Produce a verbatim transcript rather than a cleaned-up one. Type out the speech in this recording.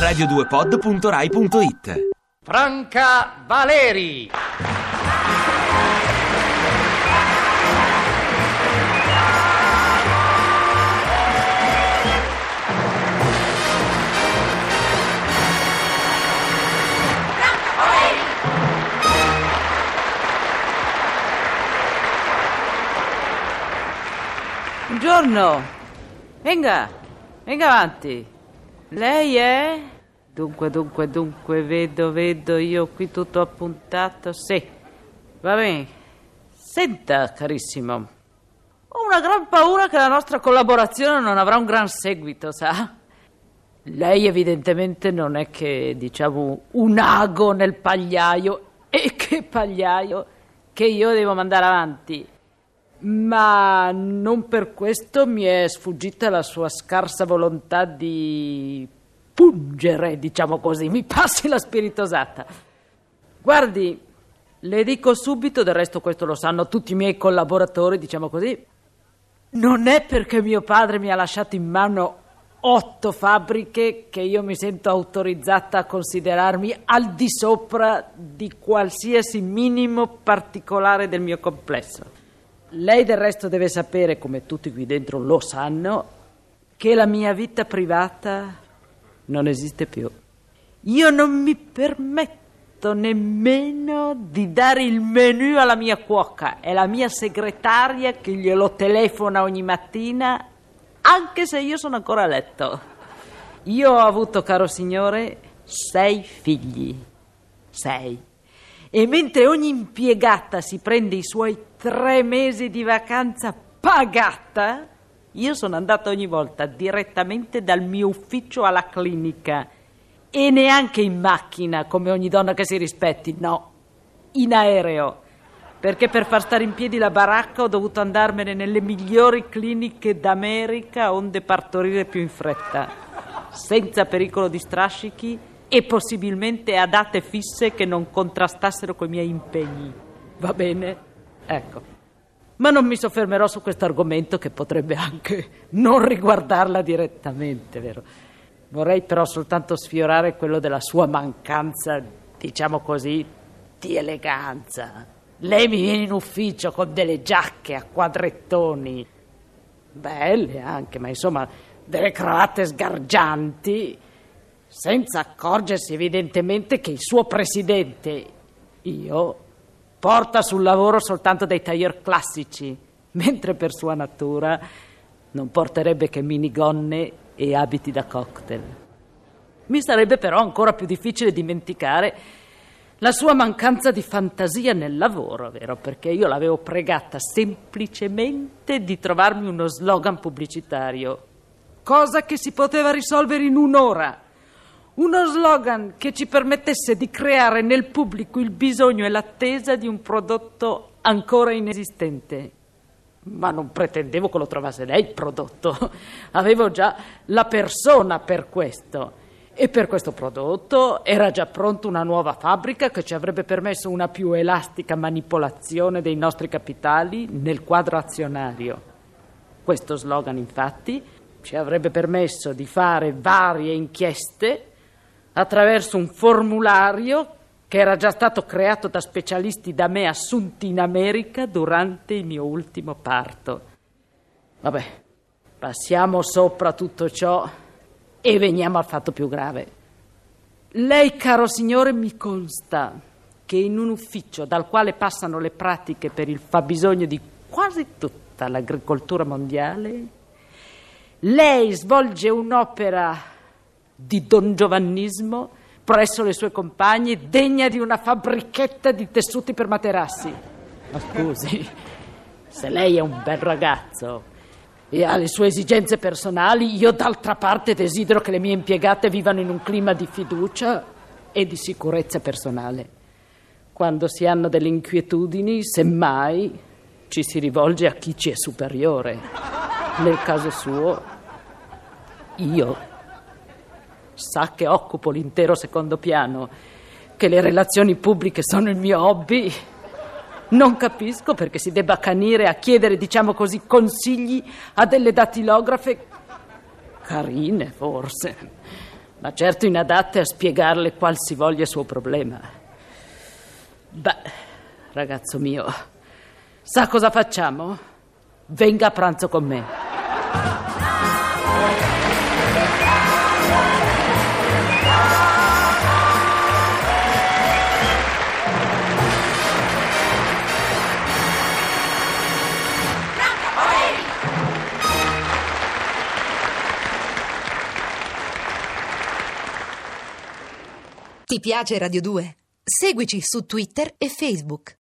radio due pod punto rai punto it. Franca Valeri. Buongiorno, venga, venga avanti. Lei è? Dunque, dunque, dunque, vedo, vedo, io qui tutto appuntato, sì, va bene. Senta, carissimo, ho una gran paura che la nostra collaborazione non avrà un gran seguito, sa? Lei evidentemente non è che, diciamo, un ago nel pagliaio, e che pagliaio, che io devo mandare avanti. Ma non per questo mi è sfuggita la sua scarsa volontà di pungere, diciamo così, mi passi la spiritosata. Guardi, le dico subito, del resto questo lo sanno tutti i miei collaboratori, diciamo così, non è perché mio padre mi ha lasciato in mano otto fabbriche che io mi sento autorizzata a considerarmi al di sopra di qualsiasi minimo particolare del mio complesso. Lei del resto deve sapere, come tutti qui dentro lo sanno, che la mia vita privata non esiste più. Io non mi permetto nemmeno di dare il menù alla mia cuoca. È la mia segretaria che glielo telefona ogni mattina, anche se io sono ancora a letto. Io ho avuto, caro signore, sei figli. Sei. E mentre ogni impiegata si prende i suoi tre mesi di vacanza pagata, io sono andata ogni volta direttamente dal mio ufficio alla clinica, e neanche in macchina come ogni donna che si rispetti, no, in aereo, perché per far stare in piedi la baracca ho dovuto andarmene nelle migliori cliniche d'America onde partorire più in fretta, senza pericolo di strascichi e possibilmente a date fisse che non contrastassero coi miei impegni. Va bene? Ecco. Ma non mi soffermerò su questo argomento, che potrebbe anche non riguardarla direttamente, vero? Vorrei però soltanto sfiorare quello della sua mancanza, diciamo così, di eleganza. Lei mi viene in ufficio con delle giacche a quadrettoni, belle anche, ma insomma delle cravatte sgargianti, senza accorgersi evidentemente che il suo presidente, io, porta sul lavoro soltanto dei tailleur classici, mentre per sua natura non porterebbe che minigonne e abiti da cocktail. Mi sarebbe però ancora più difficile dimenticare la sua mancanza di fantasia nel lavoro, vero? Perché io l'avevo pregata semplicemente di trovarmi uno slogan pubblicitario, cosa che si poteva risolvere in un'ora. Uno slogan che ci permettesse di creare nel pubblico il bisogno e l'attesa di un prodotto ancora inesistente. Ma non pretendevo che lo trovasse lei il prodotto. Avevo già la persona per questo. E per questo prodotto era già pronta una nuova fabbrica che ci avrebbe permesso una più elastica manipolazione dei nostri capitali nel quadro azionario. Questo slogan, infatti, ci avrebbe permesso di fare varie inchieste attraverso un formulario che era già stato creato da specialisti da me assunti in America durante il mio ultimo parto. Vabbè, passiamo sopra tutto ciò e veniamo al fatto più grave. Lei, caro signore, mi consta che in un ufficio dal quale passano le pratiche per il fabbisogno di quasi tutta l'agricoltura mondiale, lei svolge un'opera di dongiovannismo presso le sue compagne, degna di una fabbrichetta di tessuti per materassi. Ma scusi, se lei è un bel ragazzo e ha le sue esigenze personali, io d'altra parte desidero che le mie impiegate vivano in un clima di fiducia e di sicurezza personale. Quando si hanno delle inquietudini, semmai ci si rivolge a chi ci è superiore. Nel caso suo, io sa che occupo l'intero secondo piano, che le relazioni pubbliche sono il mio hobby. Non capisco perché si debba accanire a chiedere, diciamo così, consigli a delle datilografe carine, forse, ma certo inadatte a spiegarle qualsivoglia suo problema. Beh, ragazzo mio, sa cosa facciamo? Venga a pranzo con me. Ti piace Radio due? Seguici su Twitter e Facebook.